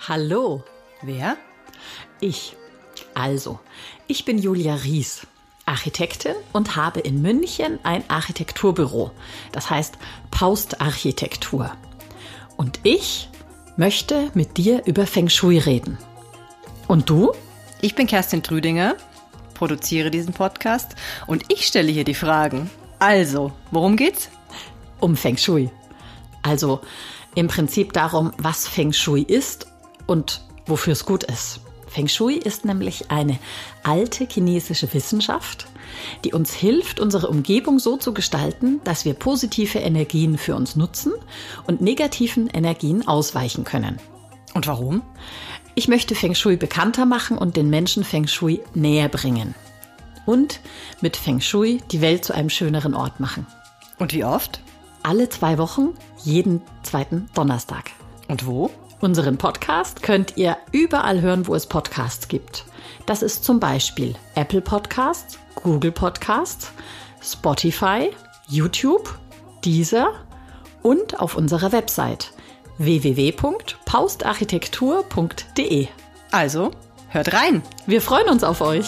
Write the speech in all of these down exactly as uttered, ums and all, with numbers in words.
Hallo. Wer? Ich. Also, ich bin Julia Ries, Architektin und habe in München ein Architekturbüro. Das heißt Paust Architektur. Und ich möchte mit dir über Feng Shui reden. Und du? Ich bin Kerstin Trüdinger, produziere diesen Podcast und ich stelle hier die Fragen. Also, worum geht's? Um Feng Shui. Also im Prinzip darum, was Feng Shui ist und wofür es gut ist. Feng Shui ist nämlich eine alte chinesische Wissenschaft, die uns hilft, unsere Umgebung so zu gestalten, dass wir positive Energien für uns nutzen und negativen Energien ausweichen können. Und warum? Ich möchte Feng Shui bekannter machen und den Menschen Feng Shui näher bringen. Und mit Feng Shui die Welt zu einem schöneren Ort machen. Und wie oft? Alle zwei Wochen, jeden zweiten Donnerstag. Und wo? Unseren Podcast könnt ihr überall hören, wo es Podcasts gibt. Das ist zum Beispiel Apple Podcasts, Google Podcasts, Spotify, YouTube, Deezer und auf unserer Website w w w punkt paustarchitektur punkt d e. Also, hört rein. Wir freuen uns auf euch.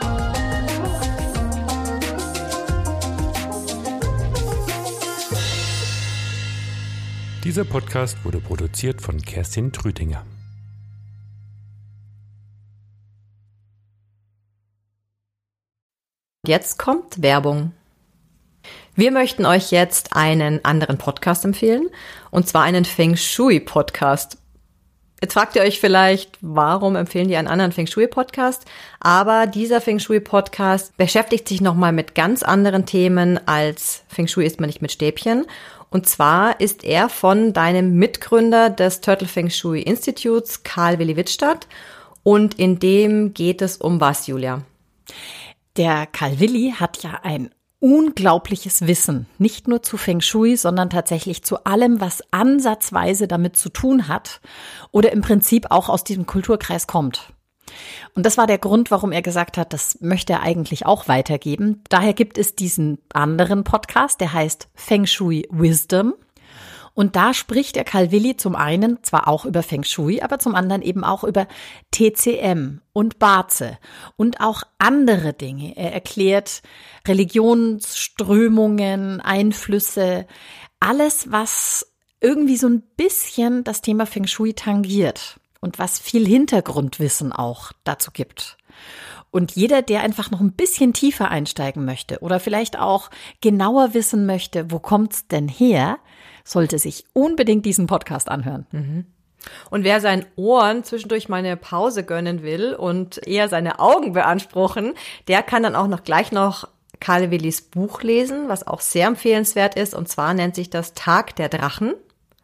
Dieser Podcast wurde produziert von Kerstin Trüdinger. Jetzt kommt Werbung. Wir möchten euch jetzt einen anderen Podcast empfehlen, und zwar einen Feng Shui Podcast. Jetzt fragt ihr euch vielleicht, warum empfehlen die einen anderen Feng Shui Podcast? Aber dieser Feng Shui Podcast beschäftigt sich nochmal mit ganz anderen Themen als Feng Shui isst man nicht mit Stäbchen. Und zwar ist er von deinem Mitgründer des Turtle Feng Shui Institutes, Karl-Willi Wittstadt. Und in dem geht es um was, Julia? Der Karl-Willi hat ja ein unglaubliches Wissen, nicht nur zu Feng Shui, sondern tatsächlich zu allem, was ansatzweise damit zu tun hat oder im Prinzip auch aus diesem Kulturkreis kommt. Und das war der Grund, warum er gesagt hat, das möchte er eigentlich auch weitergeben. Daher gibt es diesen anderen Podcast, der heißt Feng Shui Wisdom. Und da spricht der Karl-Willi zum einen zwar auch über Feng Shui, aber zum anderen eben auch über T C M und Bazi und auch andere Dinge. Er erklärt Religionsströmungen, Einflüsse, alles, was irgendwie so ein bisschen das Thema Feng Shui tangiert und was viel Hintergrundwissen auch dazu gibt. Und jeder, der einfach noch ein bisschen tiefer einsteigen möchte oder vielleicht auch genauer wissen möchte, wo kommt's denn her, sollte sich unbedingt diesen Podcast anhören. Mhm. Und wer seinen Ohren zwischendurch mal eine Pause gönnen will und eher seine Augen beanspruchen, der kann dann auch noch gleich noch Karl-Willis Buch lesen, was auch sehr empfehlenswert ist. Und zwar nennt sich das Tag der Drachen.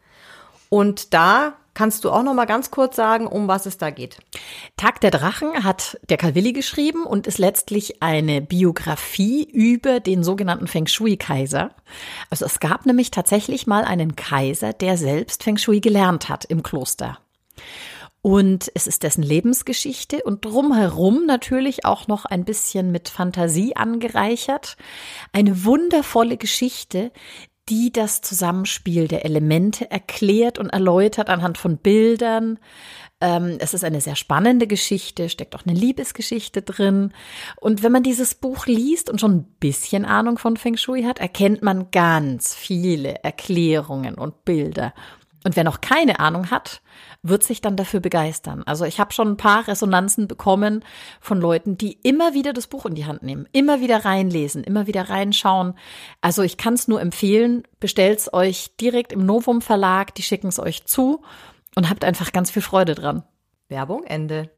Und da kannst du auch noch mal ganz kurz sagen, um was es da geht? Tag der Drachen hat der Karl-Willi geschrieben und ist letztlich eine Biografie über den sogenannten Feng Shui-Kaiser. Also es gab nämlich tatsächlich mal einen Kaiser, der selbst Feng Shui gelernt hat im Kloster. Und es ist dessen Lebensgeschichte und drumherum natürlich auch noch ein bisschen mit Fantasie angereichert. Eine wundervolle Geschichte, die das Zusammenspiel der Elemente erklärt und erläutert anhand von Bildern. Ähm, es ist eine sehr spannende Geschichte, steckt auch eine Liebesgeschichte drin. Und wenn man dieses Buch liest und schon ein bisschen Ahnung von Feng Shui hat, erkennt man ganz viele Erklärungen und Bilder. Und wer noch keine Ahnung hat, wird sich dann dafür begeistern. Also ich habe schon ein paar Resonanzen bekommen von Leuten, die immer wieder das Buch in die Hand nehmen, immer wieder reinlesen, immer wieder reinschauen. Also ich kann es nur empfehlen, bestellt's euch direkt im Novum Verlag, die schicken es euch zu und habt einfach ganz viel Freude dran. Werbung Ende.